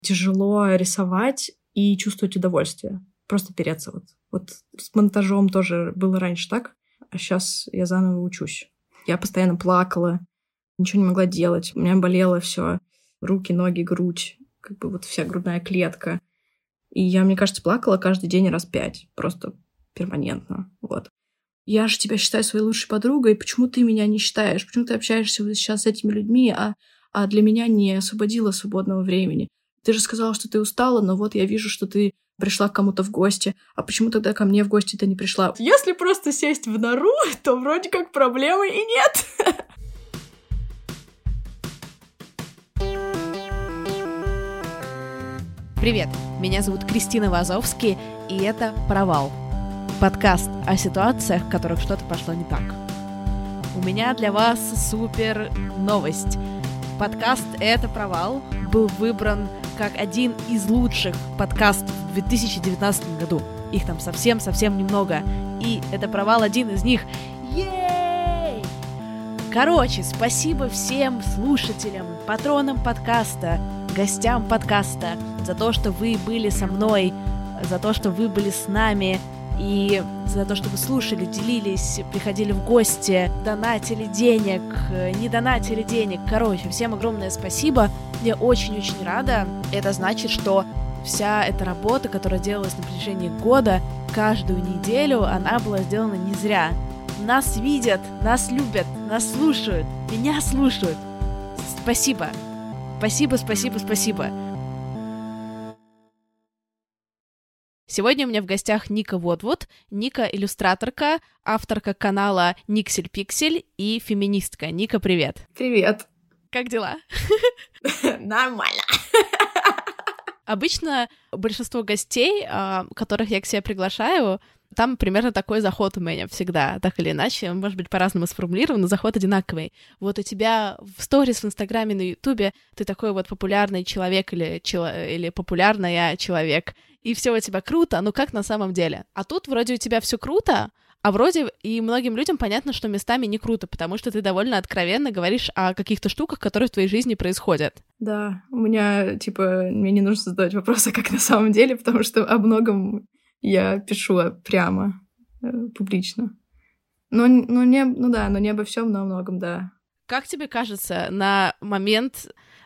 тяжело рисовать и чувствовать удовольствие. Просто переться вот. Вот с монтажом тоже было раньше так, а сейчас я заново учусь. Я постоянно плакала, ничего не могла делать. У меня болело все: руки, ноги, грудь, как бы вот вся грудная клетка. И я, мне кажется, плакала каждый день раз 5, просто перманентно. Вот. Я же тебя считаю своей лучшей подругой, почему ты меня не считаешь? Почему ты общаешься вот сейчас с этими людьми, а для меня не освободила свободного времени? Ты же сказала, что ты устала, но вот я вижу, что ты пришла к кому-то в гости. А почему тогда ко мне в гости ты не пришла? Если просто сесть в нору, то вроде как проблемы и нет. Привет, меня зовут Кристина Вазовский, и это «Провал». Подкаст о ситуациях, в которых что-то пошло не так. У меня для вас супер новость. Подкаст «Это провал» был выбран как один из лучших подкастов в 2019 году. Их там совсем немного. И «Это провал» один из них. Ей! Короче, спасибо всем слушателям, патронам подкаста, гостям подкаста за то, что вы были со мной, за то, что вы были с нами, и за то, что вы слушали, делились, приходили в гости, донатили денег, не донатили денег. Короче, всем огромное спасибо. Я очень-очень рада. Это значит, что вся эта работа, которая делалась на протяжении года, каждую неделю, она была сделана не зря. Нас видят, нас любят, нас слушают, меня слушают. Спасибо. Спасибо. Сегодня у меня в гостях Ника Вот-Вот. Ника — иллюстраторка, авторка канала Никсель Пиксель и феминистка. Ника, привет. Привет. Как дела? Нормально. Обычно большинство гостей, которых я к себе приглашаю, там примерно такой заход у меня всегда, так или иначе, он может быть по-разному сформулирован, но заход одинаковый. Вот у тебя в сторис, в Инстаграме, на Ютубе ты такой вот популярный человек или популярная человек, и все у тебя круто, но как на самом деле? А тут вроде у тебя все круто, а вроде и многим людям понятно, что местами не круто, потому что ты довольно откровенно говоришь о каких-то штуках, которые в твоей жизни происходят. Да, у меня, мне не нужно задавать вопросы, как на самом деле, потому что о многом я пишу прямо, публично. Но не обо всем, но о многом, да. Как тебе кажется, на момент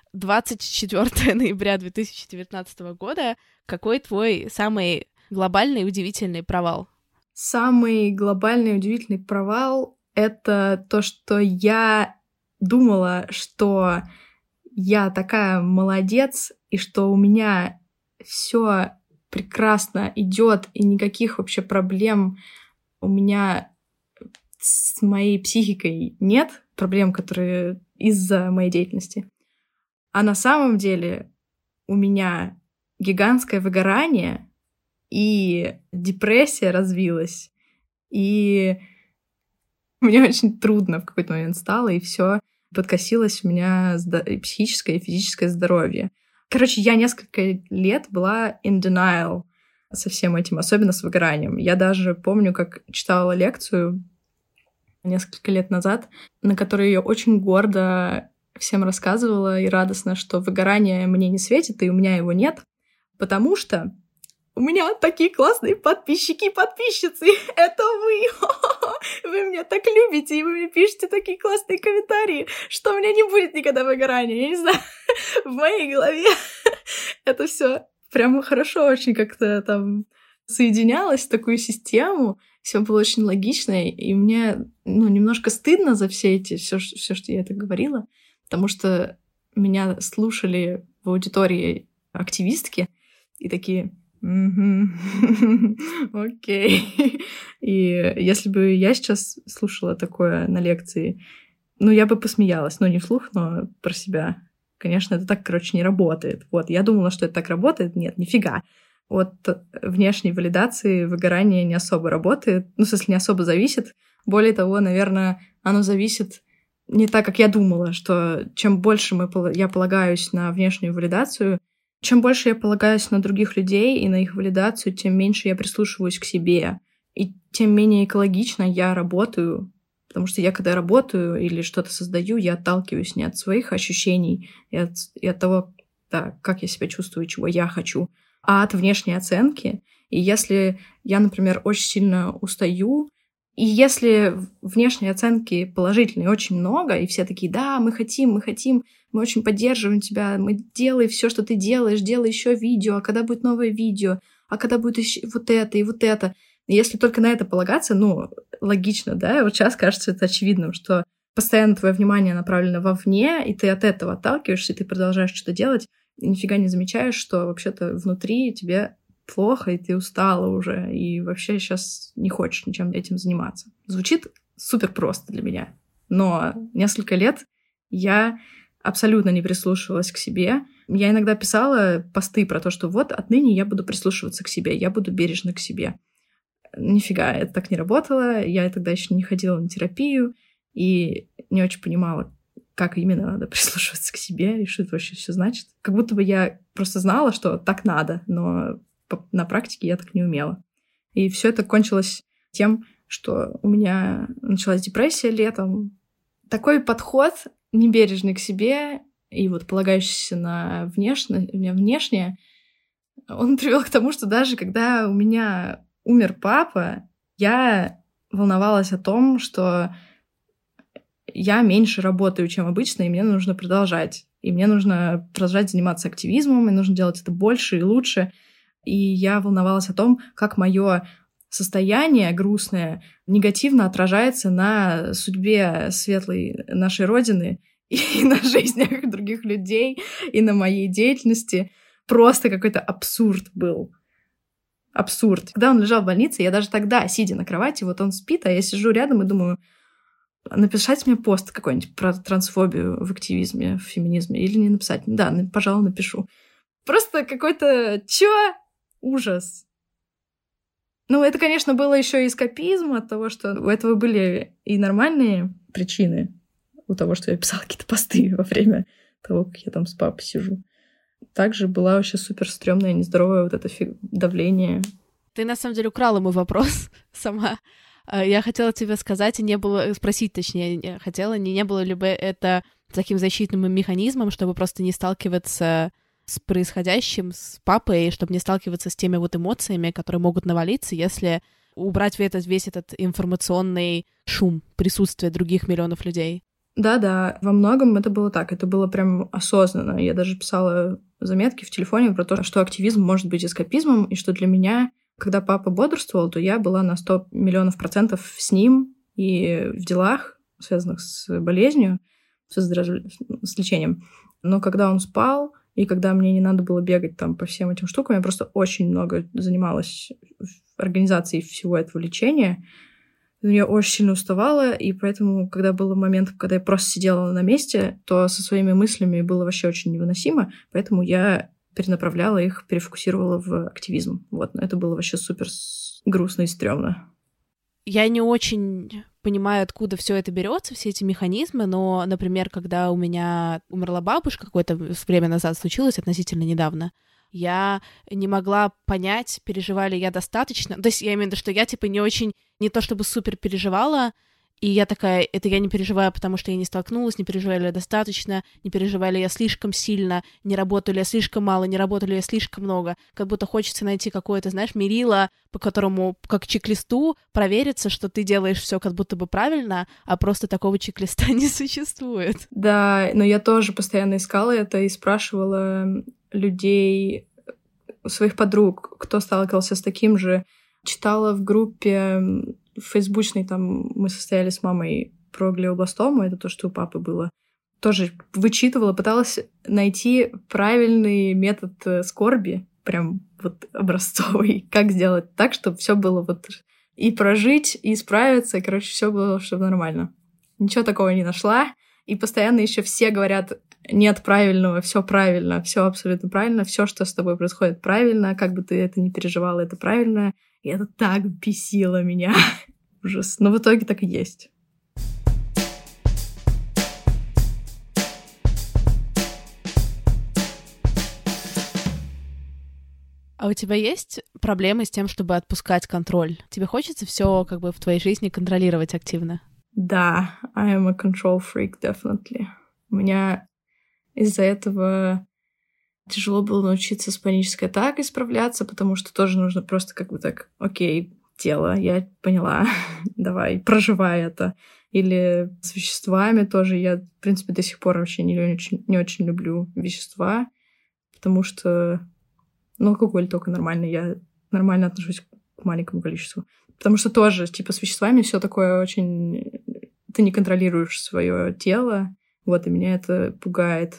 24 ноября 2019 года, какой твой самый глобальный и удивительный провал? Самый глобальный и удивительный провал — это то, что я думала, что я такая молодец, и что у меня все прекрасно идет, и никаких вообще проблем у меня с моей психикой нет, проблем, которые из-за моей деятельности. А на самом деле у меня гигантское выгорание, и депрессия развилась, и мне очень трудно в какой-то момент стало, и все подкосилось у меня и психическое, и физическое здоровье. Короче, я несколько лет была in denial со всем этим, особенно с выгоранием. Я даже помню, как читала лекцию несколько лет назад, на которой я очень гордо всем рассказывала и радостно, что выгорание мне не светит, и у меня его нет, потому что у меня такие классные подписчики и подписчицы. Это вы. Вы меня так любите, и вы мне пишете такие классные комментарии, что у меня не будет никогда выгорания. Я не знаю, в моей голове это все прямо хорошо очень как-то там соединялось в такую систему. Все было очень логично, и мне немножко стыдно за все что я это говорила, потому что меня слушали в аудитории активистки и такие: окей. И если бы я сейчас слушала такое на лекции, я бы посмеялась. Не вслух, но про себя. Конечно, это так, не работает. Вот, я думала, что это так работает. Нет, нифига. От внешней валидации выгорание не особо работает. В смысле, не особо зависит. Более того, наверное, оно зависит не так, как я думала, что чем больше я полагаюсь на внешнюю валидацию, чем больше я полагаюсь на других людей и на их валидацию, тем меньше я прислушиваюсь к себе, и тем менее экологично я работаю, потому что я, когда работаю или что-то создаю, я отталкиваюсь не от своих ощущений и от того, как я себя чувствую, чего я хочу, а от внешней оценки. И если я, например, очень сильно устаю, и если внешней оценки положительной очень много, и все такие: да, мы хотим, мы очень поддерживаем тебя, мы делай все, что ты делаешь, делай еще видео, а когда будет новое видео, а когда будет еще вот это и вот это. И если только на это полагаться, логично, да, вот сейчас кажется это очевидным, что постоянно твое внимание направлено вовне, и ты от этого отталкиваешься, и ты продолжаешь что-то делать, и нифига не замечаешь, что вообще-то внутри тебе плохо, и ты устала уже, и вообще сейчас не хочешь ничем этим заниматься. Звучит супер просто для меня, но несколько лет я абсолютно не прислушивалась к себе. Я иногда писала посты про то, что вот отныне я буду прислушиваться к себе, я буду бережна к себе. Нифига, это так не работало. Я тогда еще не ходила на терапию и не очень понимала, как именно надо прислушиваться к себе и что это вообще все значит. Как будто бы я просто знала, что так надо, но на практике я так не умела. И все это кончилось тем, что у меня началась депрессия летом. Такой подход небережный к себе и вот полагающийся на внешнее, он привел к тому, что даже когда у меня умер папа, я волновалась о том, что я меньше работаю, чем обычно, и мне нужно продолжать. И мне нужно продолжать заниматься активизмом, мне нужно делать это больше и лучше. И я волновалась о том, как мое состояние грустное негативно отражается на судьбе светлой нашей Родины и на жизнях других людей, и на моей деятельности. Просто какой-то абсурд был. Абсурд. Когда он лежал в больнице, я даже тогда, сидя на кровати, вот он спит, а я сижу рядом и думаю: написать мне пост какой-нибудь про трансфобию в активизме, в феминизме, или не написать? Да, пожалуй, напишу. Просто какой-то ужас. Это, конечно, было еще и эскапизм от того, что у этого были и нормальные причины, у того, что я писала какие-то посты во время того, как я там с папой сижу. Также была вообще супер стрёмная, нездоровое вот это давление. Ты, на самом деле, украла мой вопрос сама. Я хотела тебе сказать, не было ли бы это таким защитным механизмом, чтобы просто не сталкиваться с происходящим, с папой, чтобы не сталкиваться с теми вот эмоциями, которые могут навалиться, если убрать весь этот информационный шум присутствия других миллионов людей. Да, во многом это было так. Это было прям осознанно. Я даже писала заметки в телефоне про то, что активизм может быть эскапизмом, и что для меня, когда папа бодрствовал, то я была на 100 миллионов процентов с ним и в делах, связанных с болезнью, с лечением. Но когда он спал, и когда мне не надо было бегать там по всем этим штукам, я просто очень много занималась организацией всего этого лечения. Я очень сильно уставала, и поэтому, когда был момент, когда я просто сидела на месте, то со своими мыслями было вообще очень невыносимо, поэтому я перенаправляла их, перефокусировала в активизм. Вот, но это было вообще супер грустно и стрёмно. Я не очень понимаю, откуда все это берется, все эти механизмы, но, например, когда у меня умерла бабушка, какое-то время назад случилось, относительно недавно, я не могла понять, переживали я достаточно. То есть я имею в виду, что я, не то чтобы супер переживала, и я такая, это я не переживаю, потому что я не столкнулась, не переживаю ли я достаточно, не переживаю ли я слишком сильно, не работаю ли я слишком мало, не работаю ли я слишком много. Как будто хочется найти какое-то, мерило, по которому, как чек-листу, провериться, что ты делаешь все как будто бы правильно, а просто такого чек-листа не существует. Да, но я тоже постоянно искала это и спрашивала людей, своих подруг, кто сталкивался с таким же. Читала в группе фейсбучной, там мы состояли с мамой про глиобластому, это то, что у папы было. Тоже вычитывала, пыталась найти правильный метод скорби, прям вот образцовый, как сделать так, чтобы все было вот и прожить, и справиться, и, все было, чтобы нормально. Ничего такого не нашла, и постоянно еще все говорят: нет правильного, все абсолютно правильно, все, что с тобой происходит, правильно, как бы ты это ни переживала, это правильно. И это так бесило меня. Ужас. Но в итоге так и есть. А у тебя есть проблемы с тем, чтобы отпускать контроль? Тебе хочется все как бы в твоей жизни контролировать активно? Да, I am a control freak, definitely. У меня из-за этого Тяжело было научиться с панической атакой справляться, потому что тоже нужно просто как бы так, окей, тело, я поняла, давай, проживай это. Или с веществами тоже. Я, в принципе, до сих пор вообще не очень люблю вещества, потому что, алкоголь только нормальный. Я нормально отношусь к маленькому количеству. Потому что тоже, типа, с веществами все такое очень... Ты не контролируешь свое тело, вот, и меня это пугает.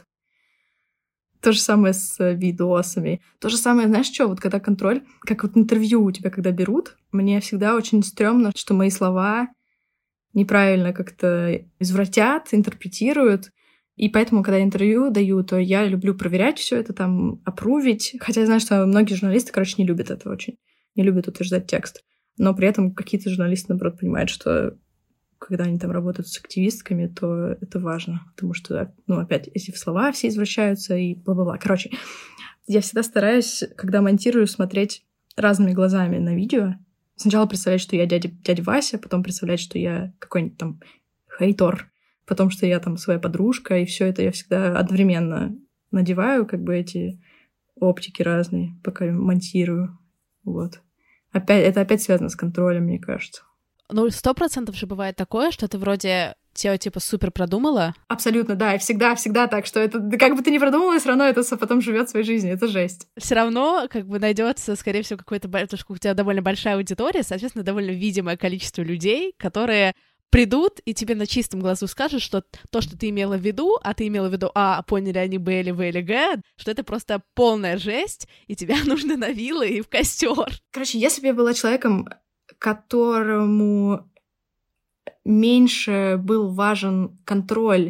То же самое с видосами. То же самое, знаешь что, вот когда контроль, как вот интервью у тебя, когда берут, мне всегда очень стрёмно, что мои слова неправильно как-то извратят, интерпретируют. И поэтому, когда интервью даю, то я люблю проверять все это, там, апрувить. Хотя я знаю, что многие журналисты, не любят это очень. Не любят утверждать текст. Но при этом какие-то журналисты, наоборот, понимают, что когда они там работают с активистками, то это важно. Потому что, опять, эти слова все извращаются и бла-бла-бла. Короче, я всегда стараюсь, когда монтирую, смотреть разными глазами на видео. Сначала представлять, что я дядя Вася, потом представлять, что я какой-нибудь там хейтор, потом, что я там своя подружка, и все это я всегда одновременно надеваю, как бы эти оптики разные, пока монтирую. Вот. Это опять связано с контролем, мне кажется. 100% же бывает такое, что ты вроде все типа супер продумала. Абсолютно, да, и всегда так, что это как бы ты не продумала, все равно это потом живет своей жизнью, это жесть. Все равно как бы найдется, скорее всего, какой-то, потому что у тебя довольно большая аудитория, соответственно, довольно видимое количество людей, которые придут и тебе на чистом глазу скажут, что то, что ты имела в виду, а ты имела в виду А, поняли они Б или В или Г, что это просто полная жесть, и тебя нужно на вилы и в костер. Короче, если бы я была человеком, которому меньше был важен контроль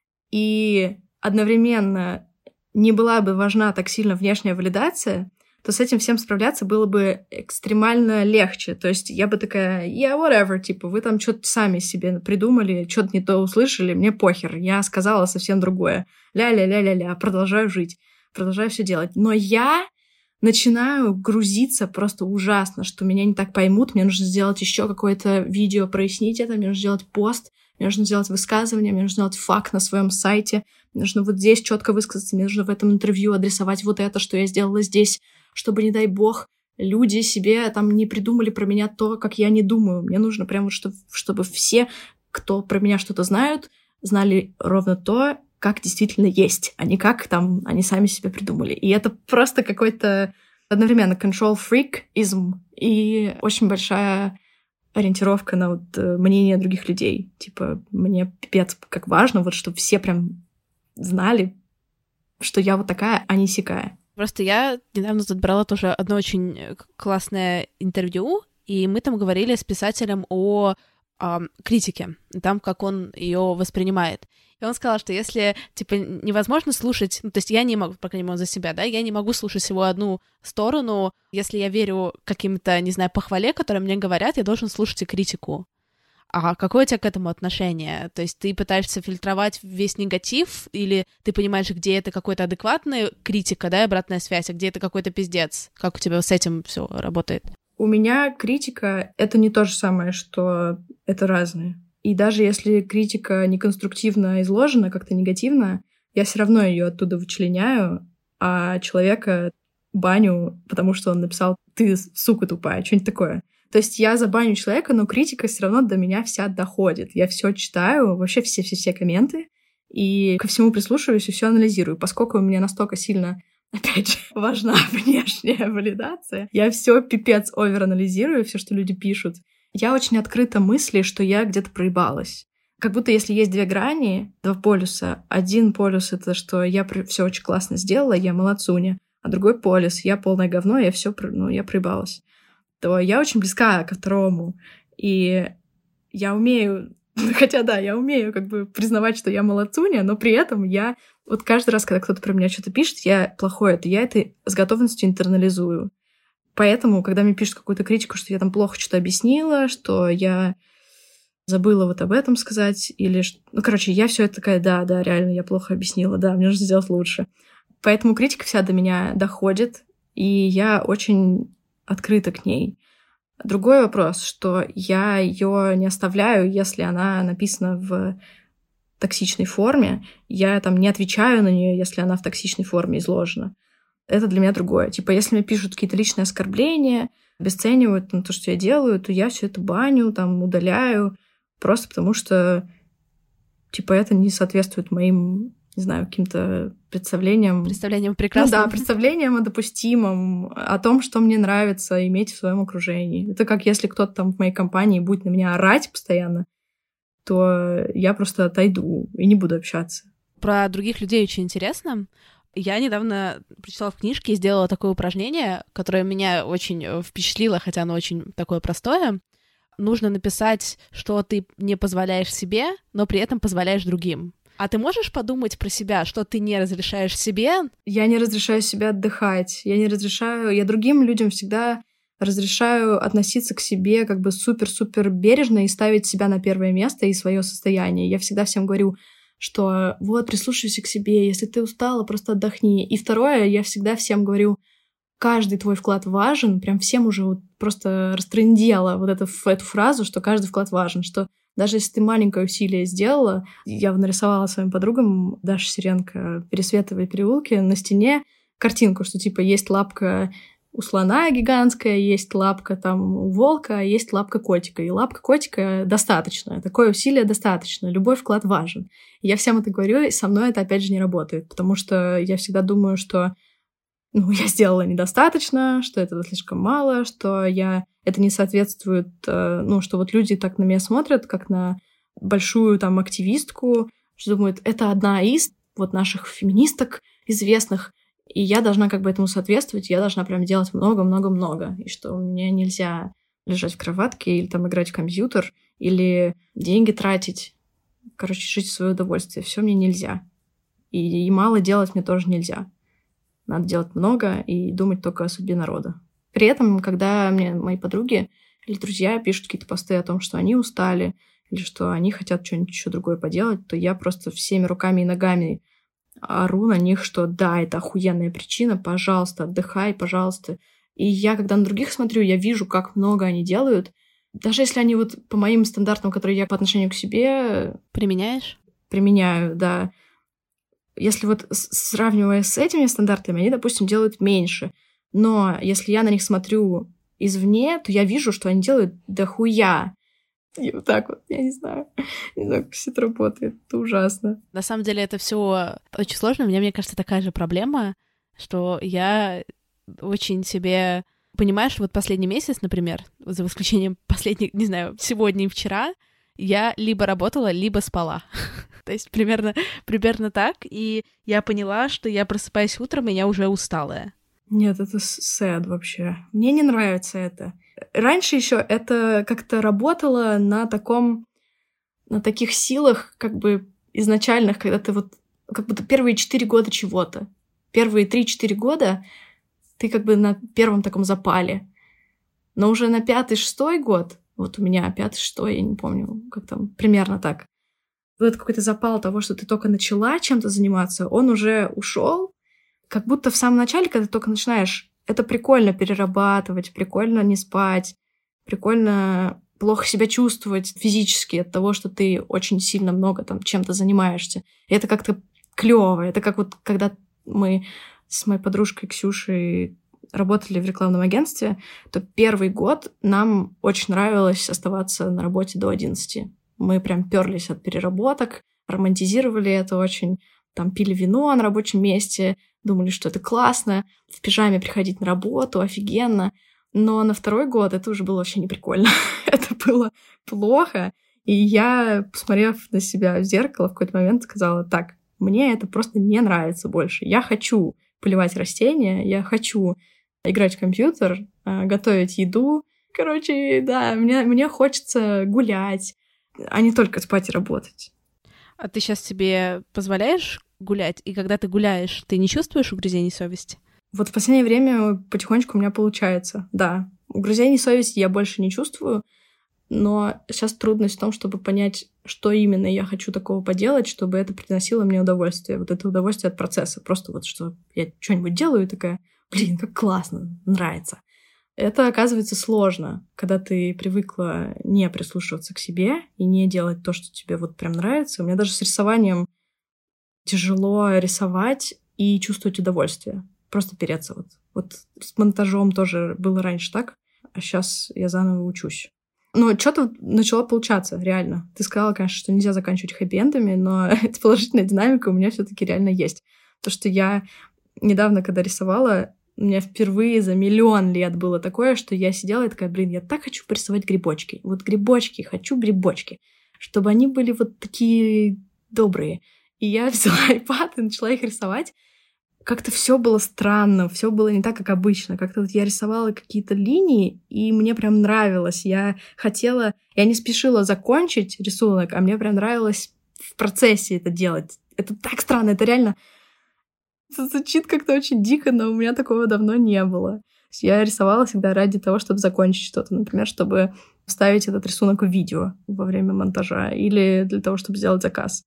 и одновременно не была бы важна так сильно внешняя валидация, то с этим всем справляться было бы экстремально легче. То есть я бы такая, whatever, типа, вы там что-то сами себе придумали, что-то не то услышали, мне похер, я сказала совсем другое. Ля-ля-ля-ля-ля, продолжаю жить, продолжаю все делать. Но я начинаю грузиться просто ужасно, что меня не так поймут, мне нужно сделать еще какое-то видео, прояснить это, мне нужно сделать пост, мне нужно сделать высказывание, мне нужно сделать факт на своем сайте, мне нужно вот здесь четко высказаться, мне нужно в этом интервью адресовать вот это, что я сделала здесь, чтобы, не дай бог, люди себе там не придумали про меня то, как я не думаю. Мне нужно прямо, чтобы все, кто про меня что-то знают, знали ровно то, как действительно есть, а не как там они сами себе придумали. И это просто какой-то одновременно control-freak-изм и очень большая ориентировка на вот мнение других людей. Типа, мне пипец как важно, вот чтобы все прям знали, что я вот такая, а не сякая. Просто я недавно тут брала тоже одно очень классное интервью, и мы там говорили с писателем о критике, там, как он ее воспринимает. И он сказал, что если, типа, невозможно слушать, то есть я не могу, по крайней мере, за себя, да, я не могу слушать всего одну сторону, если я верю каким-то, не знаю, похвале, которые мне говорят, я должен слушать и критику. А какое у тебя к этому отношение? То есть ты пытаешься фильтровать весь негатив, или ты понимаешь, где это какая-то адекватная критика, да, обратная связь, а где это какой-то пиздец? Как у тебя с этим все работает? У меня критика — это не то же самое, что это разное. И даже если критика неконструктивно изложена, как-то негативно, я все равно ее оттуда вычленяю, а человека баню, потому что он написал «ты, сука тупая», что-нибудь такое. То есть я забаню человека, но критика все равно до меня вся доходит. Я все читаю, вообще все комменты, и ко всему прислушиваюсь и все анализирую. Поскольку у меня настолько сильно, опять же, важна внешняя валидация, я все пипец оверанализирую, все, что люди пишут. Я очень открыта мысли, что я где-то проебалась. Как будто если есть две грани, два полюса. Один полюс — это что я все очень классно сделала, я молодцуня. А другой полюс — я полное говно, я проебалась. То я очень близка ко второму. И я умею, хотя да, я умею как бы признавать, что я молодцуня, но при этом я вот каждый раз, когда кто-то про меня что-то пишет, я это с готовностью интернализую. Поэтому, когда мне пишут какую-то критику, что я там плохо что-то объяснила, что я забыла вот об этом сказать, или... я все это такая, да, реально, я плохо объяснила, да, мне нужно сделать лучше. Поэтому критика вся до меня доходит, и я очень открыта к ней. Другой вопрос, что я ее не оставляю, если она написана в токсичной форме, я там не отвечаю на нее, если она в токсичной форме изложена. Это для меня другое. Типа, если мне пишут какие-то личные оскорбления, обесценивают то, что я делаю, то я все это баню, там, удаляю, просто потому что, типа, это не соответствует моим, не знаю, каким-то представлениям. Представлениям прекрасным. Ну да, представлениям о допустимом, о том, что мне нравится иметь в своем окружении. Это как если кто-то там в моей компании будет на меня орать постоянно, то я просто отойду и не буду общаться. Про других людей очень интересно. Я недавно прочитала в книжке и сделала такое упражнение, которое меня очень впечатлило, хотя оно очень такое простое. Нужно написать, что ты не позволяешь себе, но при этом позволяешь другим. А ты можешь подумать про себя, что ты не разрешаешь себе? Я не разрешаю себе отдыхать. Я другим людям всегда разрешаю относиться к себе как бы супер-супер бережно и ставить себя на первое место и свое состояние. Я всегда всем говорю, что вот, прислушайся к себе, если ты устала, просто отдохни. И второе, я всегда всем говорю, каждый твой вклад важен, прям всем уже вот просто растрындела вот эту фразу, что каждый вклад важен, что даже если ты маленькое усилие сделала, я нарисовала своим подругам Даша Сиренко «Пересветовые переулки» на стене картинку, что типа есть лапка у слона гигантская, есть лапка там у волка, а есть лапка котика. И лапка котика достаточно. Такое усилие достаточно. Любой вклад важен. И я всем это говорю, и со мной это опять же не работает, потому что я всегда думаю, что я сделала недостаточно, что это слишком мало, что это не соответствует, что вот люди так на меня смотрят, как на большую там активистку, что думают, это одна из вот наших феминисток известных, и я должна как бы этому соответствовать, я должна прям делать много-много-много, и что мне нельзя лежать в кроватке или там играть в компьютер, или деньги тратить, жить в свое удовольствие. Все мне нельзя. И мало делать мне тоже нельзя. Надо делать много и думать только о судьбе народа. При этом, когда мне мои подруги или друзья пишут какие-то посты о том, что они устали, или что они хотят что-нибудь еще другое поделать, то я просто всеми руками и ногами ору на них, что да, это охуенная причина, пожалуйста, отдыхай, пожалуйста. И я, когда на других смотрю, я вижу, как много они делают. Даже если они вот по моим стандартам, которые я по отношению к себе... Применяешь? Применяю, да. Если вот сравнивая с этими стандартами, они, допустим, делают меньше. Но если я на них смотрю извне, то я вижу, что они делают дохуя. И вот так вот, я не знаю, как все это работает. Это ужасно. На самом деле это все очень сложно. Мне кажется, такая же проблема, что я очень себе... Понимаешь, вот последний месяц, например, за исключением последних, не знаю, сегодня и вчера, я либо работала, либо спала. То есть примерно так. И я поняла, что я просыпаюсь утром, и я уже усталая. Нет, это сэд вообще. Мне не нравится это. Раньше еще это как-то работало на таких силах, как бы изначальных, когда ты вот как будто первые 4 года чего-то. Первые 3-4 года ты как бы на первом таком запале. Но уже на 5-6 год, вот у меня 5-6, я не помню, как там, примерно так. Вот какой-то запал того, что ты только начала чем-то заниматься, он уже ушел. Как будто в самом начале, когда ты только начинаешь, это прикольно перерабатывать, прикольно не спать, прикольно плохо себя чувствовать физически от того, что ты очень сильно много там чем-то занимаешься. И это как-то клёво. Это как вот когда мы с моей подружкой Ксюшей работали в рекламном агентстве, то первый год нам очень нравилось оставаться на работе до 11. Мы прям пёрлись от переработок, романтизировали это очень, там пили вино на рабочем месте, думали, что это классно, в пижаме приходить на работу, офигенно. Но на второй год это уже было вообще не прикольно. Это было плохо. И я, посмотрев на себя в зеркало, в какой-то момент сказала, так, мне это просто не нравится больше. Я хочу поливать растения, я хочу играть в компьютер, готовить еду. Короче, да, мне хочется гулять, а не только спать и работать. А ты сейчас себе позволяешь гулять? И когда ты гуляешь, ты не чувствуешь угрызений совести? Вот в последнее время потихонечку у меня получается, да. Угрызений совести я больше не чувствую, но сейчас трудность в том, чтобы понять, что именно я хочу такого поделать, чтобы это приносило мне удовольствие. Вот это удовольствие от процесса. Просто вот что я что-нибудь делаю и такая, блин, как классно, нравится. Это, оказывается, сложно, когда ты привыкла не прислушиваться к себе и не делать то, что тебе вот прям нравится. У меня даже с рисованием тяжело рисовать и чувствовать удовольствие. Просто переться вот. Вот с монтажом тоже было раньше так, а сейчас я заново учусь. Но что-то начало получаться, реально. Ты сказала, конечно, что нельзя заканчивать хэппи-эндами, но эта положительная динамика у меня все-таки реально есть. То, что я недавно, когда рисовала, у меня впервые за 1 000 000 лет было такое, что я сидела и такая, я так хочу порисовать грибочки. Вот грибочки, хочу грибочки. Чтобы они были вот такие добрые. И я взяла iPad и начала их рисовать. Как-то все было странно, все было не так, как обычно. Как-то вот я рисовала какие-то линии, и мне прям нравилось. Я не спешила закончить рисунок, а мне прям нравилось в процессе это делать. Это так странно, это реально... Это звучит как-то очень дико, но у меня такого давно не было. Я рисовала всегда ради того, чтобы закончить что-то. Например, чтобы вставить этот рисунок в видео во время монтажа или для того, чтобы сделать заказ.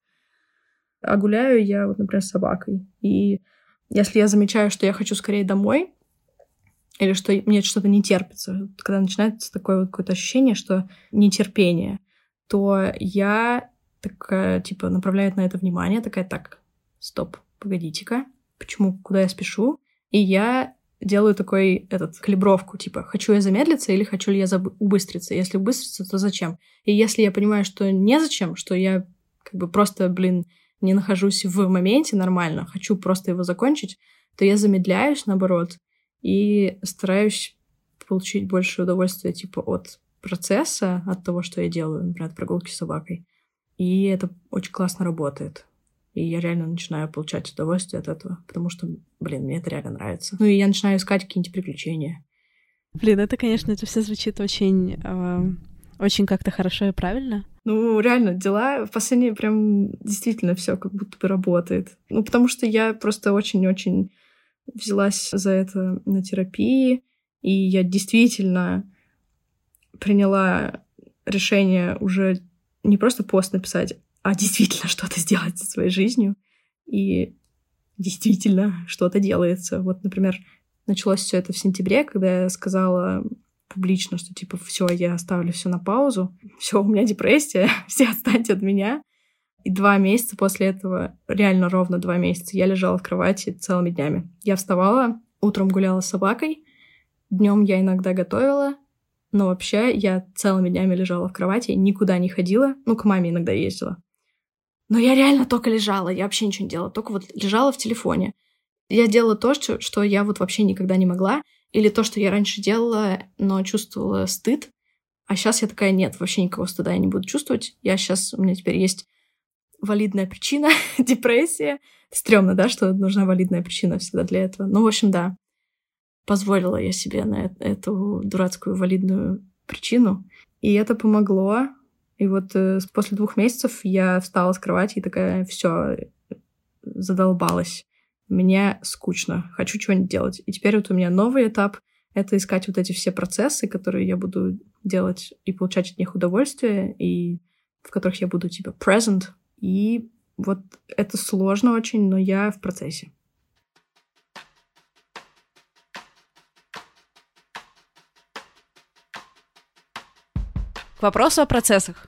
А гуляю я, вот, например, с собакой. И если я замечаю, что я хочу скорее домой, или что мне что-то не терпится, когда начинается такое вот какое-то ощущение, что нетерпение, то я такая, направляю на это внимание, такая, так, стоп, погодите-ка, куда я спешу? И я делаю калибровку, хочу я замедлиться или хочу ли я убыстриться? Если убыстриться, то зачем? И если я понимаю, что незачем, что я просто, не нахожусь в моменте нормально, хочу просто его закончить, то я замедляюсь, наоборот, и стараюсь получить больше удовольствия, от процесса, от того, что я делаю, например, от прогулки с собакой. И это очень классно работает. И я реально начинаю получать удовольствие от этого, потому что, мне это реально нравится. Ну и я начинаю искать какие-нибудь приключения. Это, конечно, это все звучит очень, очень как-то хорошо и правильно. Ну, реально, дела в последнее прям действительно все как будто бы работает. Ну, потому что я просто очень-очень взялась за это на терапии, и я действительно приняла решение уже не просто пост написать, а действительно что-то сделать со своей жизнью. И действительно что-то делается. Вот, например, началось все это в сентябре, когда я сказала публично, что все, я ставлю все на паузу, все, у меня депрессия, все отстаньте от меня. И 2 месяца после этого, реально ровно 2 месяца, я лежала в кровати целыми днями. Я вставала, утром гуляла с собакой, днем я иногда готовила, но вообще я целыми днями лежала в кровати, никуда не ходила, к маме иногда ездила. Но я реально только лежала, я вообще ничего не делала, только вот лежала в телефоне. Я делала то, что я вот вообще никогда не могла, или то, что я раньше делала, но чувствовала стыд, а сейчас я такая, нет, вообще никакого стыда я не буду чувствовать. У меня теперь есть валидная причина, депрессия. Стрёмно, да, что нужна валидная причина всегда для этого. Ну, в общем, да, позволила я себе на эту дурацкую валидную причину, и это помогло. И вот после 2 месяцев я встала с кровати и такая, все, задолбалась. Мне скучно, хочу чего-нибудь делать. И теперь вот у меня новый этап — это искать вот эти все процессы, которые я буду делать и получать от них удовольствие, и в которых я буду present. И вот это сложно очень, но я в процессе. К вопросу о процессах.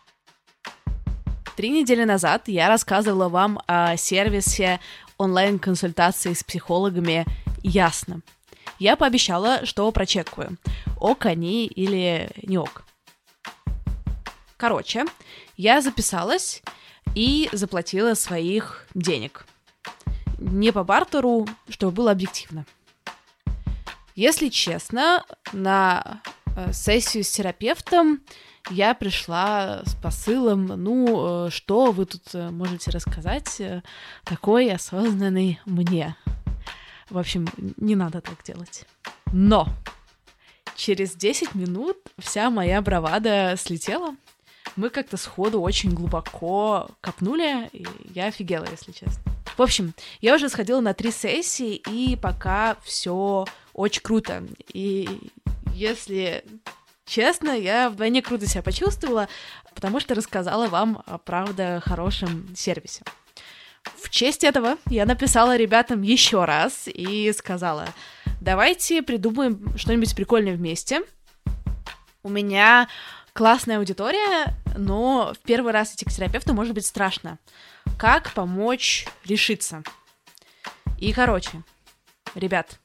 3 недели назад я рассказывала вам о сервисе онлайн-консультации с психологами «Ясно». Я пообещала, что прочекаю, ок они или не ок. Короче, я записалась и заплатила своих денег. Не по бартеру, чтобы было объективно. Если честно, на сессию с терапевтом я пришла с посылом, что вы тут можете рассказать такой осознанный мне. В общем, не надо так делать. Но через 10 минут вся моя бравада слетела. Мы как-то сходу очень глубоко копнули, и я офигела, если честно. В общем, я уже сходила на 3 сессии, и пока все очень круто. И если честно, я вдвойне круто себя почувствовала, потому что рассказала вам о, правда, хорошем сервисе. В честь этого я написала ребятам еще раз и сказала: давайте придумаем что-нибудь прикольное вместе. У меня классная аудитория, но в первый раз идти к терапевту может быть страшно. Как помочь решиться? И, короче, ребят,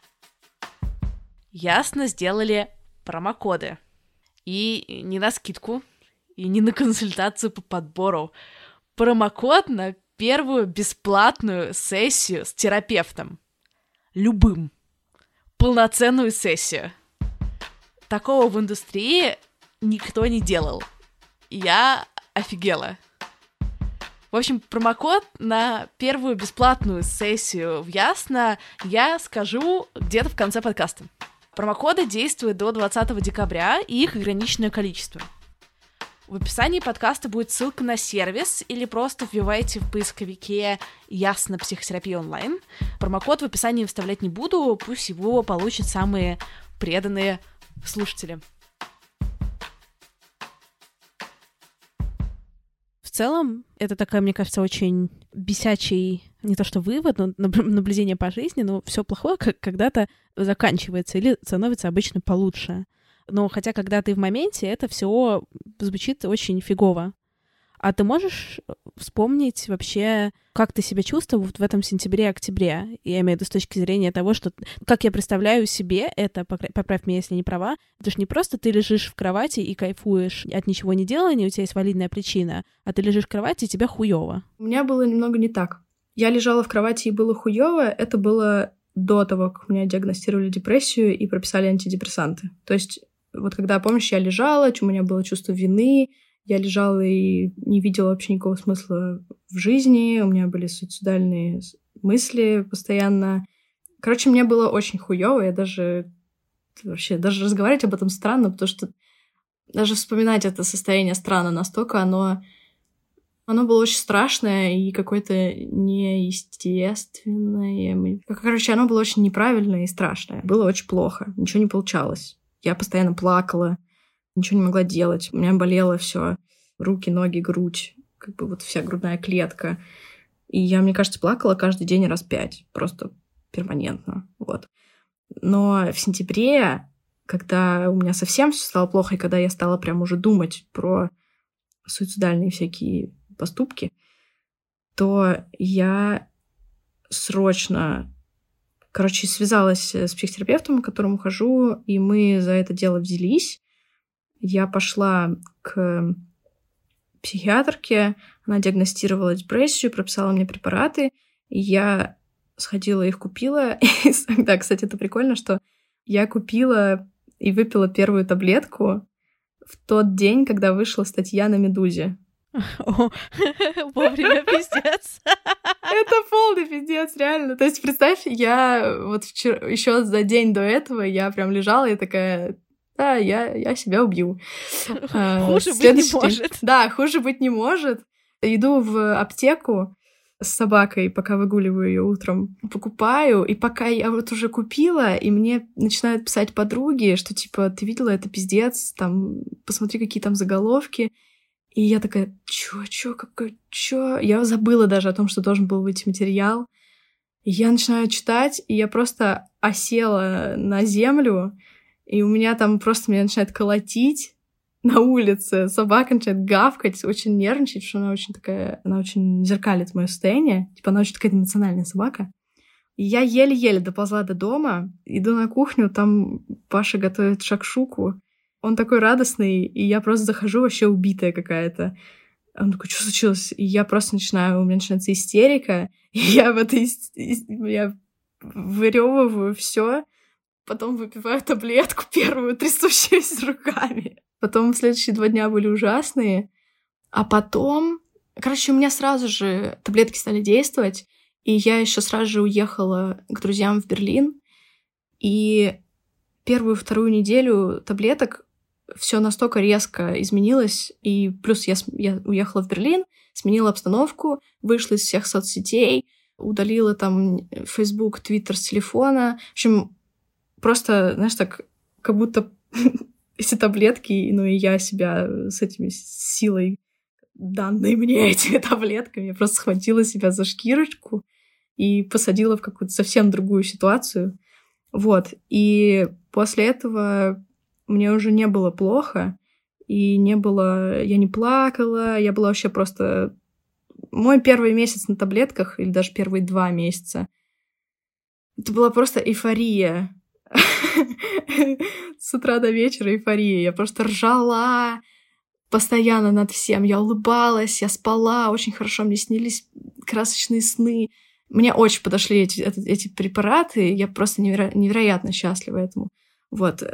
ясно сделали промокоды. И не на скидку, и не на консультацию по подбору. Промокод на первую бесплатную сессию с терапевтом. Любым. Полноценную сессию. Такого в индустрии никто не делал. Я офигела. В общем, промокод на первую бесплатную сессию в Ясно я скажу где-то в конце подкаста. Промокоды действуют до 20 декабря, и их ограниченное количество. В описании подкаста будет ссылка на сервис, или просто вбивайте в поисковике «Ясно психотерапия онлайн». Промокод в описании вставлять не буду, пусть его получат самые преданные слушатели. В целом, это такая, мне кажется, очень бесячий, не то что вывод, но наблюдение по жизни, но все плохое когда-то заканчивается или становится обычно получше. Но хотя, когда ты в моменте, это все звучит очень фигово. А ты можешь вспомнить вообще, как ты себя чувствовал в этом сентябре-октябре? Я имею в виду с точки зрения того, что... Как я представляю себе это, поправь меня, если не права, это же не просто ты лежишь в кровати и кайфуешь от ничего не делания, у тебя есть валидная причина, а ты лежишь в кровати, и тебе хуёво. У меня было немного не так. Я лежала в кровати, и было хуёво. Это было до того, как у меня диагностировали депрессию и прописали антидепрессанты. То есть вот когда, помнишь, я лежала, у меня было чувство вины, я лежала и не видела вообще никакого смысла в жизни, у меня были суицидальные мысли постоянно. Короче, мне было очень хуёво, я даже разговаривать об этом странно, потому что даже вспоминать это состояние странно, настолько оно было очень страшное и какое-то неестественное. Короче, оно было очень неправильное и страшное. Было очень плохо, ничего не получалось. Я постоянно плакала, ничего не могла делать. У меня болело все: руки, ноги, грудь, как бы вот вся грудная клетка. И я, мне кажется, плакала каждый день раз 5, просто перманентно. Вот. Но в сентябре, когда у меня совсем все стало плохо, и когда я стала прям уже думать про суицидальные всякие поступки, то я срочно, связалась с психотерапевтом, к которому хожу, и мы за это дело взялись. Я пошла к психиатрке, она диагностировала депрессию, прописала мне препараты, и я сходила их купила. Да, кстати, это прикольно, что я купила и выпила первую таблетку в тот день, когда вышла статья на «Медузе». Вовремя, пиздец. Это полный пиздец, реально. То есть, представь, я вот вчера, еще за день до этого, я прям лежала и такая: да, я себя убью. Хуже быть не может. Да, хуже быть не может. Иду в аптеку с собакой, пока выгуливаю ее утром, покупаю, и пока я вот уже купила, и мне начинают писать подруги, что типа: ты видела, это пиздец, там, посмотри, какие там заголовки. И я такая: чё? Я забыла даже о том, что должен был выйти материал. И я начинаю читать, и я просто осела на землю, и у меня там просто меня начинает колотить на улице, собака начинает гавкать, очень нервничать, потому что она очень зеркалит мое состояние, типа она очень такая эмоциональная собака. И я еле-еле доползла до дома, иду на кухню, там Паша готовит шакшуку, он такой радостный, и я просто захожу вообще убитая какая-то. Он такой: что случилось? И я просто у меня начинается истерика, и я я вырёвываю все, потом выпиваю таблетку первую, трясущуюся руками. Потом следующие 2 дня были ужасные. А потом... у меня сразу же таблетки стали действовать, и я еще сразу же уехала к друзьям в Берлин. И 1-2 неделю таблеток все настолько резко изменилось. И плюс я уехала в Берлин, сменила обстановку, вышла из всех соцсетей, удалила там Facebook, Twitter с телефона. В общем, просто, знаешь, так, как будто эти таблетки, ну и я себя с этими силой, данной мне этими таблетками. Я просто схватила себя за шкирочку и посадила в какую-то совсем другую ситуацию. Вот. И после этого мне уже не было плохо, и не было... Я не плакала, я была вообще просто... Мой первый месяц на таблетках, или даже первые 2 месяца, это была просто эйфория. С утра до вечера эйфория. Я просто ржала постоянно над всем. Я улыбалась, я спала, очень хорошо мне снились красочные сны. Мне очень подошли эти препараты, я просто невероятно счастлива этому. Вот.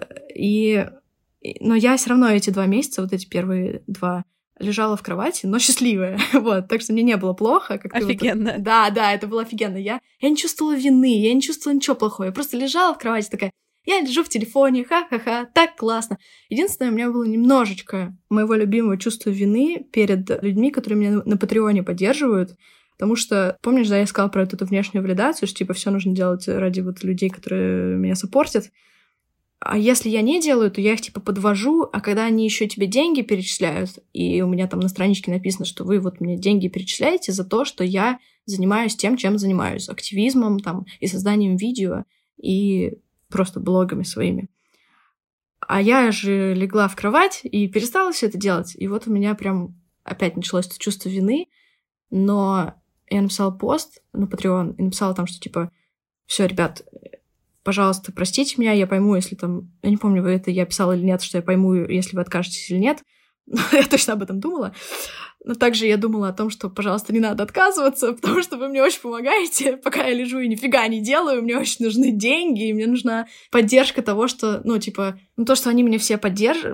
Но я все равно эти 2 месяца, вот эти первые 2, лежала в кровати, но счастливая. Вот. Так что мне не было плохо. Офигенно. Вот... Да, это было офигенно. Я не чувствовала вины, я не чувствовала ничего плохого. Я просто лежала в кровати такая, я лежу в телефоне, ха-ха-ха, так классно. Единственное, у меня было немножечко моего любимого чувства вины перед людьми, которые меня на Патреоне поддерживают. Потому что, помнишь, да, я сказала про эту внешнюю валидацию, что, типа, все нужно делать ради вот людей, которые меня саппортят. А если я не делаю, то я их, типа, подвожу, а когда они еще тебе деньги перечисляют, и у меня там на страничке написано, что вы вот мне деньги перечисляете за то, что я занимаюсь тем, чем занимаюсь, активизмом там и созданием видео, и просто блогами своими. А я же легла в кровать и перестала все это делать. И вот у меня прям опять началось это чувство вины, но я написала пост на Patreon и написала там, что типа все, ребят, пожалуйста, простите меня, я пойму, если там... Я не помню, это я писала или нет, что я пойму, если вы откажетесь или нет. Я точно об этом думала. Но также я думала о том, что, пожалуйста, не надо отказываться, потому что вы мне очень помогаете, пока я лежу и нифига не делаю, мне очень нужны деньги, и мне нужна поддержка того, что, то, что они меня все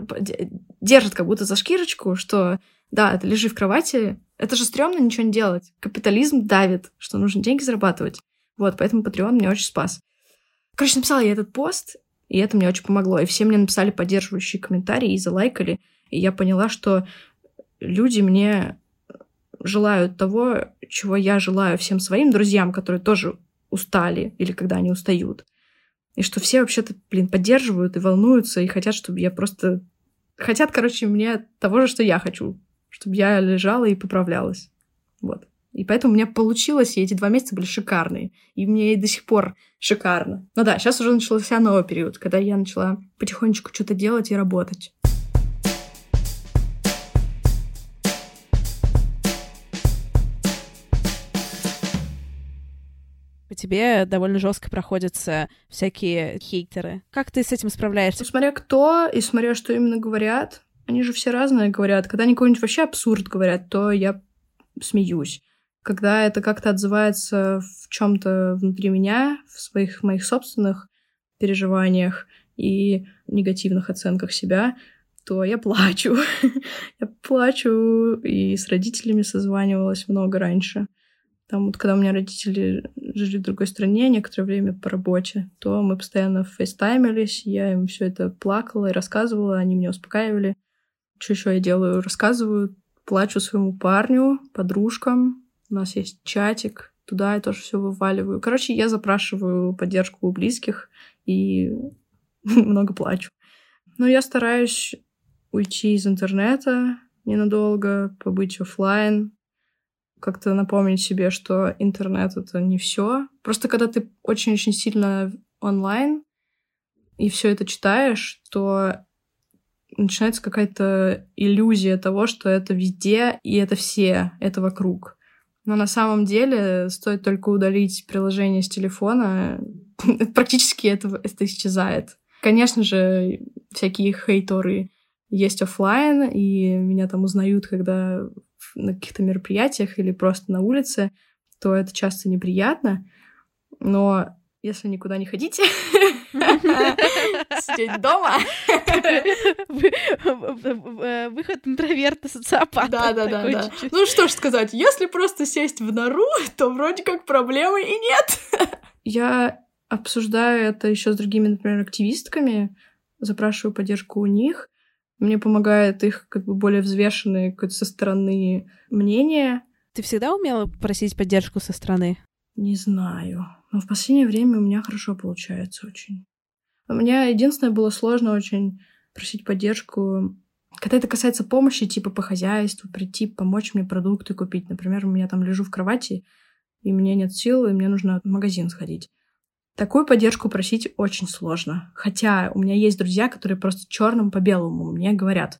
держат как будто за шкирочку, что, да, ты лежи в кровати, это же стрёмно ничего не делать. Капитализм давит, что нужно деньги зарабатывать. Вот, поэтому Patreon меня очень спас. Короче, написала я этот пост, и это мне очень помогло. И все мне написали поддерживающие комментарии и залайкали. И я поняла, что люди мне желают того, чего я желаю всем своим друзьям, которые тоже устали или когда они устают. И что все вообще-то, поддерживают и волнуются, и хотят, чтобы я просто... Хотят, мне того же, что я хочу. Чтобы я лежала и поправлялась. Вот. И поэтому у меня получилось, и эти 2 месяца были шикарные. И мне и до сих пор шикарно. Ну да, сейчас уже начался новый период, когда я начала потихонечку что-то делать и работать. По тебе довольно жестко проходятся всякие хейтеры. Как ты с этим справляешься? Смотря кто и смотря что именно говорят. Они же все разные говорят. Когда они какой-нибудь вообще абсурд говорят, то я смеюсь. Когда это как-то отзывается в чем-то внутри меня, в моих собственных переживаниях и негативных оценках себя, то я плачу. Я плачу и с родителями созванивалась много раньше. Там вот, когда у меня родители жили в другой стране некоторое время по работе, то мы постоянно фейстаймились, я им все это плакала и рассказывала, они меня успокаивали. Что еще я делаю? Рассказываю, плачу своему парню, подружкам. У нас есть чатик, туда я тоже все вываливаю. Короче, я запрашиваю поддержку у близких и много плачу. Но я стараюсь уйти из интернета ненадолго, побыть офлайн, как-то напомнить себе, что интернет — это не все. Просто когда ты очень-очень сильно онлайн и все это читаешь, то начинается какая-то иллюзия того, что это везде, и это все, это вокруг. Но на самом деле стоит только удалить приложение с телефона, практически это исчезает. Конечно же, всякие хейтеры есть офлайн, и меня там узнают, когда на каких-то мероприятиях или просто на улице, то это часто неприятно. Но если никуда не ходите, сидеть дома. Выход интроверта, социопата. Да. Ну что ж сказать, если просто сесть в нору, то вроде как проблемы и нет. Я обсуждаю это еще с другими, например, активистками, запрашиваю поддержку у них. Мне помогает их более взвешенные какое-то со стороны мнения. Ты всегда умела просить поддержку со стороны? Не знаю. Но в последнее время у меня хорошо получается очень. У меня единственное было сложно очень просить поддержку Когда это касается помощи, типа по хозяйству, прийти, помочь мне продукты купить. Например, у меня там лежу в кровати, и мне нет сил, и мне нужно в магазин сходить. Такую поддержку просить очень сложно. Хотя у меня есть друзья, которые просто черным по белому мне говорят: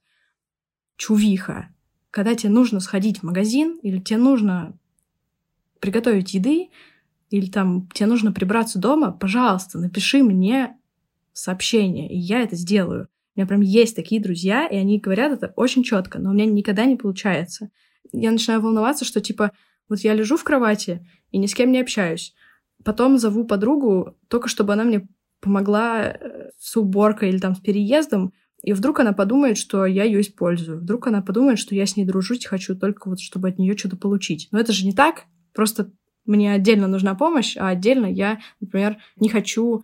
чувиха, когда тебе нужно сходить в магазин, или тебе нужно приготовить еды, или там тебе нужно прибраться дома, пожалуйста, напиши мне сообщение, и я это сделаю. У меня прям есть такие друзья, и они говорят это очень четко, но у меня никогда не получается. Я начинаю волноваться, что типа вот я лежу в кровати и ни с кем не общаюсь. Потом зову подругу, только чтобы она мне помогла с уборкой или там с переездом, и вдруг она подумает, что я ее использую. Вдруг она подумает, что я с ней дружить хочу только вот, чтобы от нее что-то получить. Но это же не так. Просто мне отдельно нужна помощь, а отдельно я, например, не хочу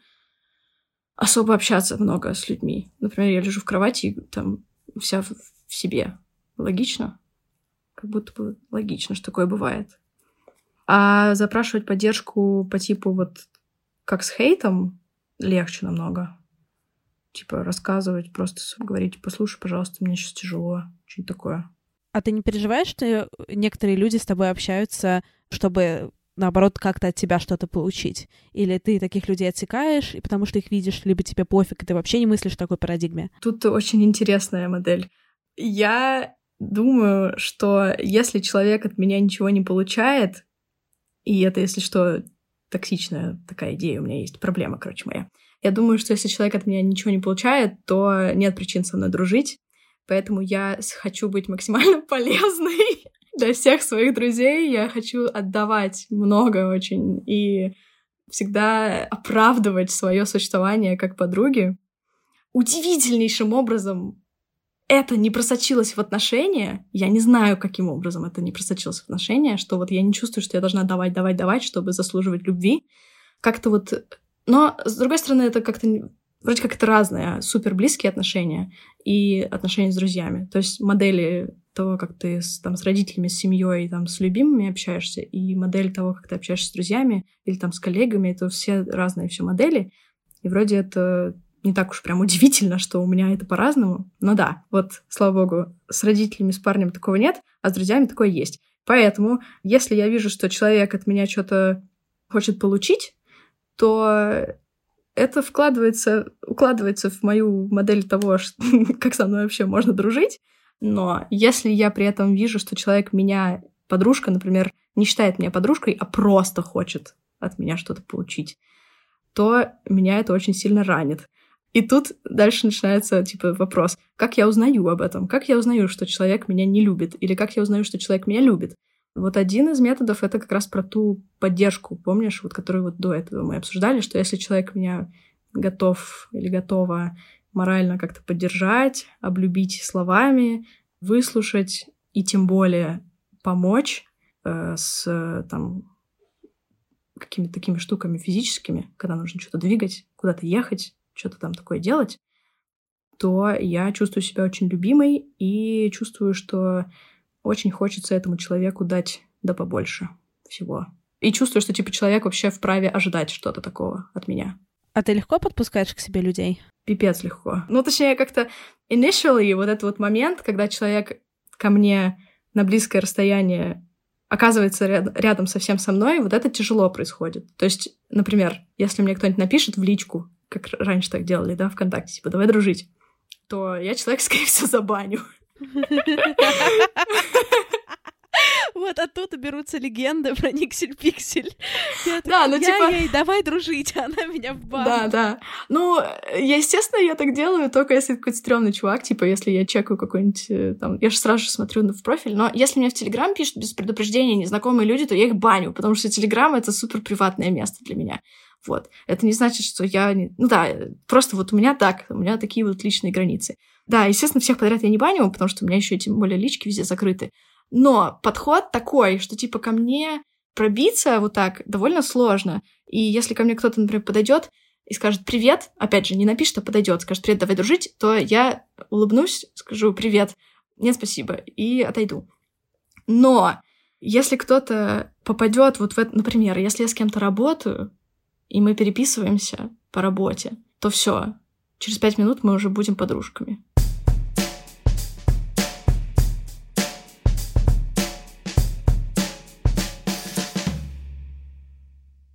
особо общаться много с людьми. Например, я лежу в кровати и там вся в себе. Логично? Как будто бы логично, что такое бывает. А запрашивать поддержку по типу вот как с хейтом легче намного. Типа рассказывать, просто говорить: послушай, пожалуйста, мне сейчас тяжело. Что-нибудь такое. А ты не переживаешь, что некоторые люди с тобой общаются, чтобы, наоборот, как-то от тебя что-то получить? Или ты таких людей отсекаешь, и потому что их видишь, либо тебе пофиг, и ты вообще не мыслишь в такой парадигме? Тут очень интересная модель. Я думаю, что если человек от меня ничего не получает, и это, если что, токсичная такая идея у меня есть, проблема, короче, моя. Я думаю, что если человек от меня ничего не получает, то нет причин со мной дружить. Поэтому я хочу быть максимально полезной для всех своих друзей. Я хочу отдавать много очень и всегда оправдывать свое существование как подруги. Удивительнейшим образом это не просочилось в отношения. Я не знаю, каким образом это не просочилось в отношения, что вот я не чувствую, что я должна давать, чтобы заслуживать любви. Как-то вот... Но, с другой стороны, это как-то... Вроде как это разные, супер близкие отношения и отношения с друзьями. То есть модели того, как ты с родителями, с семьей, там, с любимыми общаешься, и модель того, как ты общаешься с друзьями или там с коллегами, это все разные все модели. И вроде это не так уж прям удивительно, что у меня это по-разному. Но да, вот, слава богу, с родителями, с парнем такого нет, а с друзьями такое есть. Поэтому, если я вижу, что человек от меня что-то хочет получить, то это укладывается в мою модель того, как со мной вообще можно дружить. Но если я при этом вижу, что человек меня, подружка, например, не считает меня подружкой, а просто хочет от меня что-то получить, то меня это очень сильно ранит. И тут дальше начинается, вопрос: как я узнаю об этом? Как я узнаю, что человек меня не любит? Или как я узнаю, что человек меня любит? Вот один из методов — это как раз про ту поддержку, помнишь, вот которую вот до этого мы обсуждали, что если человек меня готов или готова морально как-то поддержать, облюбить словами, выслушать и тем более помочь с какими-то такими штуками физическими, когда нужно что-то двигать, куда-то ехать, что-то там такое делать, то я чувствую себя очень любимой и чувствую, что очень хочется этому человеку дать побольше всего. И чувствую, что человек вообще вправе ожидать что-то такого от меня. А ты легко подпускаешь к себе людей? Пипец легко. Ну, точнее, как-то initially вот этот вот момент, когда человек ко мне на близкое расстояние оказывается рядом совсем со мной, вот это тяжело происходит. То есть, например, если мне кто-нибудь напишет в личку, как раньше так делали, да, ВКонтакте, давай дружить, то я человека, скорее всего, забаню. Вот оттуда берутся легенды про Никсель-Пиксель. Да, ну я ей давай дружить, а она меня в бан. Да. Ну, естественно, я так делаю, только если какой-то стрёмный чувак, если я чекаю какой-нибудь там... Я же сразу же смотрю в профиль, но если мне в Телеграм пишут без предупреждения незнакомые люди, то я их баню, потому что Телеграм — это супер приватное место для меня. Вот. Это не значит, что я... Ну да, просто вот у меня такие вот личные границы. Да, естественно, всех подряд я не баню, потому что у меня еще тем более лички везде закрыты. Но подход такой, что ко мне пробиться вот так довольно сложно. И если ко мне кто-то, например, подойдет и скажет «привет», опять же, не напишет, а подойдет, скажет «привет, давай дружить», то я улыбнусь, скажу «привет», «нет, спасибо» и отойду. Но если кто-то попадет вот в это, например, если я с кем-то работаю, и мы переписываемся по работе, то все, через 5 минут мы уже будем подружками.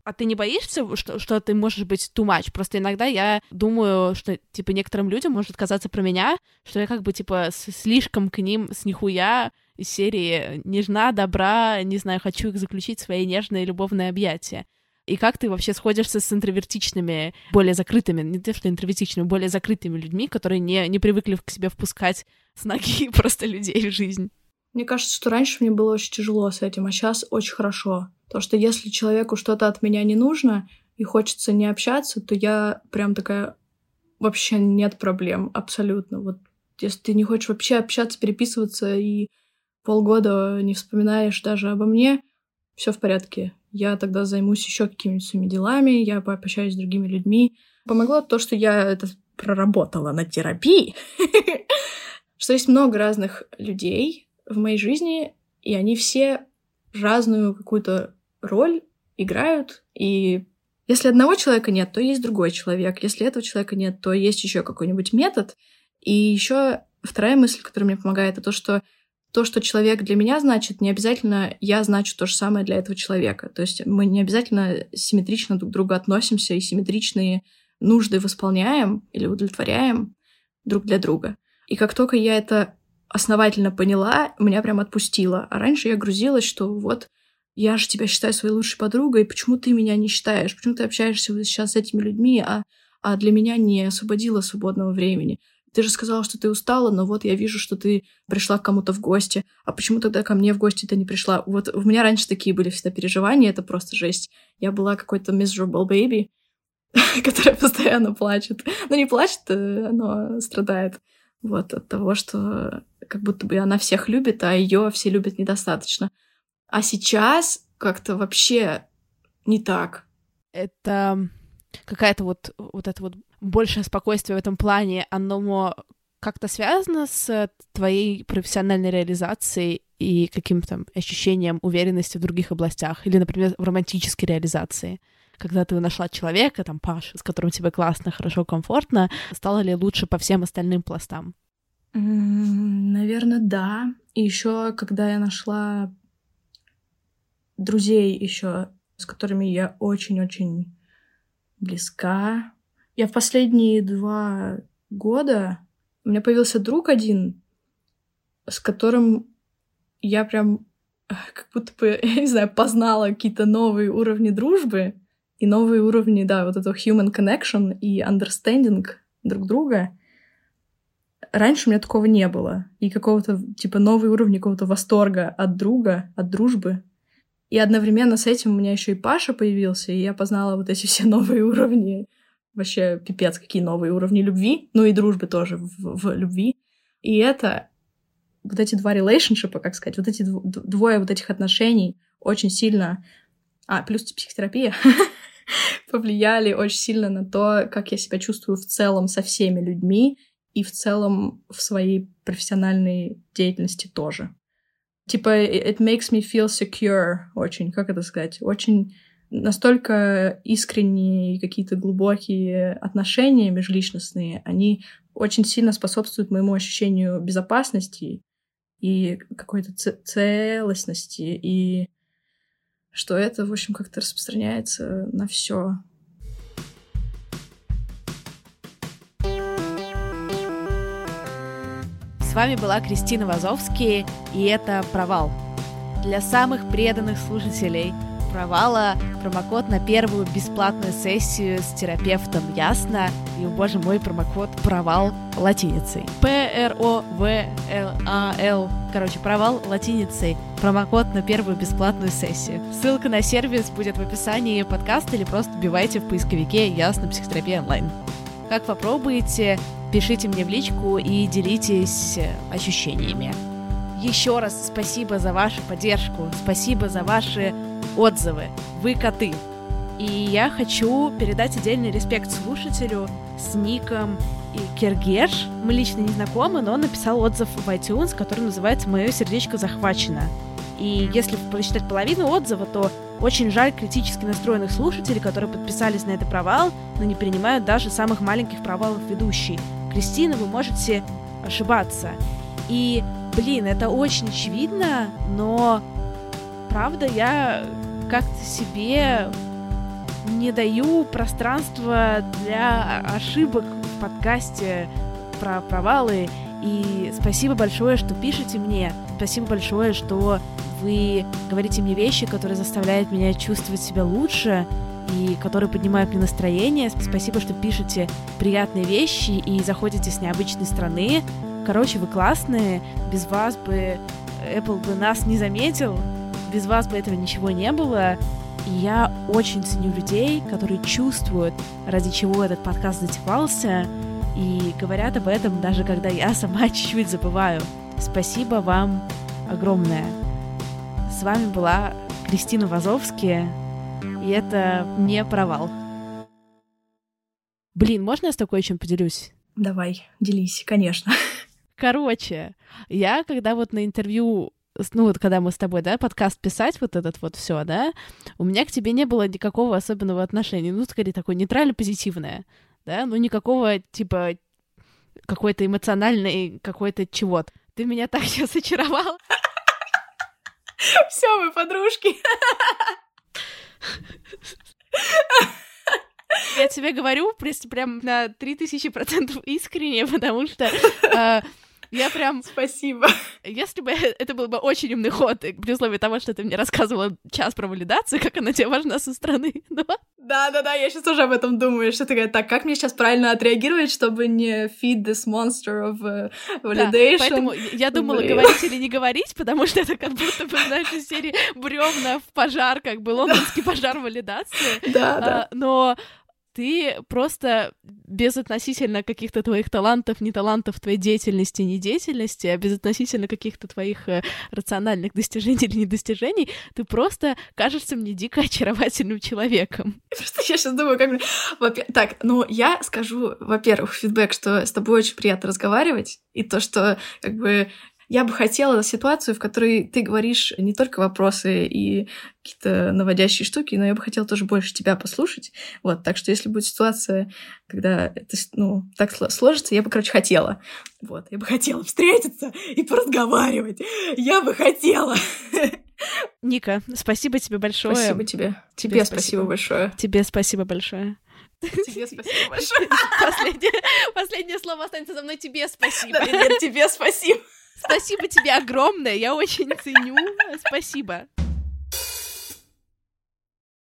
А ты не боишься, что ты можешь быть too much? Просто иногда я думаю, что, типа, некоторым людям может казаться про меня, что я как бы, типа, слишком к ним с нихуя из серии нежна, добра, не знаю, хочу их заключить в свои нежные любовные объятия. И как ты вообще сходишься с интровертичными, более закрытыми, не то что интровертичными, более закрытыми людьми, которые не привыкли к себе впускать с ноги просто людей в жизнь? Мне кажется, что раньше мне было очень тяжело с этим, а сейчас очень хорошо. Потому что если человеку что-то от меня не нужно и хочется не общаться, то я прям такая, вообще нет проблем, абсолютно. Вот если ты не хочешь вообще общаться, переписываться и полгода не вспоминаешь даже обо мне, все в порядке. Я тогда займусь еще какими-нибудь своими делами, я пообщаюсь с другими людьми. Помогло то, что я это проработала на терапии, что есть много разных людей в моей жизни, и они все разную какую-то роль играют, и если одного человека нет, то есть другой человек. Если этого человека нет, то есть еще какой-нибудь метод. И еще вторая мысль, которая мне помогает, это то, что человек для меня значит, не обязательно я значу то же самое для этого человека. То есть мы не обязательно симметрично друг к другу относимся и симметричные нужды восполняем или удовлетворяем друг для друга. И как только я это основательно поняла, меня прям отпустило. А раньше я грузилась, что вот я же тебя считаю своей лучшей подругой, почему ты меня не считаешь? Почему ты общаешься сейчас с этими людьми, а для меня не освободила свободного времени? Ты же сказала, что ты устала, но вот я вижу, что ты пришла к кому-то в гости. А почему тогда ко мне в гости ты не пришла? Вот у меня раньше такие были всегда переживания, это просто жесть. Я была какой-то miserable baby, которая постоянно плачет. Ну, не плачет, но страдает. Вот от того, что как будто бы она всех любит, а ее все любят недостаточно. А сейчас как-то вообще не так. Это какая-то вот это вот большее спокойствие в этом плане, оно как-то связано с твоей профессиональной реализацией и каким-то там ощущением уверенности в других областях, или, например, в романтической реализации? Когда ты нашла человека, там, Пашу, с которым тебе классно, хорошо, комфортно, стало ли лучше по всем остальным пластам? Наверное, да. И еще, когда я нашла друзей еще, с которыми я очень-очень близка. Я в последние 2 года... У меня появился друг один, с которым я прям как будто бы, я не знаю, познала какие-то новые уровни дружбы и новые уровни, да, вот этого human connection и understanding друг друга. Раньше у меня такого не было. И какого-то, типа, новый уровень какого-то восторга от друга, от дружбы. И одновременно с этим у меня еще и Паша появился, и я познала вот эти все новые уровни. Вообще, пипец, какие новые уровни любви. Ну и дружбы тоже в любви. И это... Вот эти 2 релейшншипа, как сказать, вот эти двое вот этих отношений очень сильно... плюс психотерапия повлияли очень сильно на то, как я себя чувствую в целом со всеми людьми и в целом в своей профессиональной деятельности тоже. Типа, it makes me feel secure очень, как это сказать, очень настолько искренние какие-то глубокие отношения межличностные, они очень сильно способствуют моему ощущению безопасности и какой-то целостности, и что это, в общем, как-то распространяется на все. С вами была Кристина Вазовский, и это «Провал». Для самых преданных слушателей «Провала» промокод на первую бесплатную сессию с терапевтом Ясно, и, боже мой, промокод «Провал» латиницей. PROVLAL. Короче, «Провал» латиницей. Промокод на первую бесплатную сессию. Ссылка на сервис будет в описании подкаста или просто вбивайте в поисковике «Ясно. Психотерапия онлайн». Как попробуете, пишите мне в личку и делитесь ощущениями. Еще раз спасибо за вашу поддержку, спасибо за ваши отзывы. Вы коты. И я хочу передать отдельный респект слушателю с ником Киргеш. Мы лично не знакомы, но он написал отзыв в iTunes, который называется «Мое сердечко захвачено». И если прочитать половину отзыва, то очень жаль критически настроенных слушателей, которые подписались на этот провал, но не принимают даже самых маленьких провалов ведущей. Кристина, вы можете ошибаться. И, это очень очевидно, но, правда, я как-то себе не даю пространства для ошибок в подкасте про провалы. И спасибо большое, что пишете мне. Спасибо большое, что вы говорите мне вещи, которые заставляют меня чувствовать себя лучше и которые поднимают мне настроение. Спасибо, что пишете приятные вещи и заходите с необычной стороны. Короче, вы классные. Без вас бы Apple бы нас не заметил. Без вас бы этого ничего не было. И я очень ценю людей, которые чувствуют, ради чего этот подкаст затевался, и говорят об этом, даже когда я сама чуть-чуть забываю. Спасибо вам огромное. С вами была Кристина Вазовски, и это не провал. Блин, можно я с тобой чем поделюсь? Давай, делись, конечно. Короче, я когда вот на интервью, ну вот когда мы с тобой, да, подкаст писать, вот этот вот все, да, у меня к тебе не было никакого особенного отношения, ну, скорее, такое нейтрально-позитивное, да, ну, никакого, типа, какой-то эмоциональной, какой-то чего-то. Ты меня так сейчас очаровал. Все, мы подружки. Я тебе говорю прям на 3000% искренне, потому что я прям... Спасибо. Если бы это был бы очень умный ход, при условии того, что ты мне рассказывала час про валидацию, как она тебе важна со стороны, но... Да, я сейчас тоже об этом думаю, что ты говоришь, так, как мне сейчас правильно отреагировать, чтобы не feed this monster of validation? Да, поэтому я думала, говорить или не говорить, потому что это как будто бы, знаешь, из серии бревна в пожар, как бы лондонский пожар валидации. Да. Но ты просто безотносительно каких-то твоих талантов, не талантов, твоей деятельности, не деятельности, а безотносительно каких-то твоих рациональных достижений или недостижений, ты просто кажешься мне дико очаровательным человеком. Просто я сейчас думаю, как... Так, ну, я скажу, во-первых, фидбэк, что с тобой очень приятно разговаривать, и то, что, как бы, я бы хотела ситуацию, в которой ты говоришь не только вопросы и какие-то наводящие штуки, но я бы хотела тоже больше тебя послушать. Вот, так что если будет ситуация, когда это, ну, так сложится, я бы, короче, хотела. Вот, я бы хотела встретиться и поразговаривать. Я бы хотела. Ника, спасибо тебе большое. Спасибо тебе. Тебе спасибо большое. Тебе спасибо большое. Тебе спасибо большое. Последнее слово останется за мной. Тебе спасибо. Да, нет, тебе спасибо. Спасибо тебе огромное, я очень ценю. Спасибо.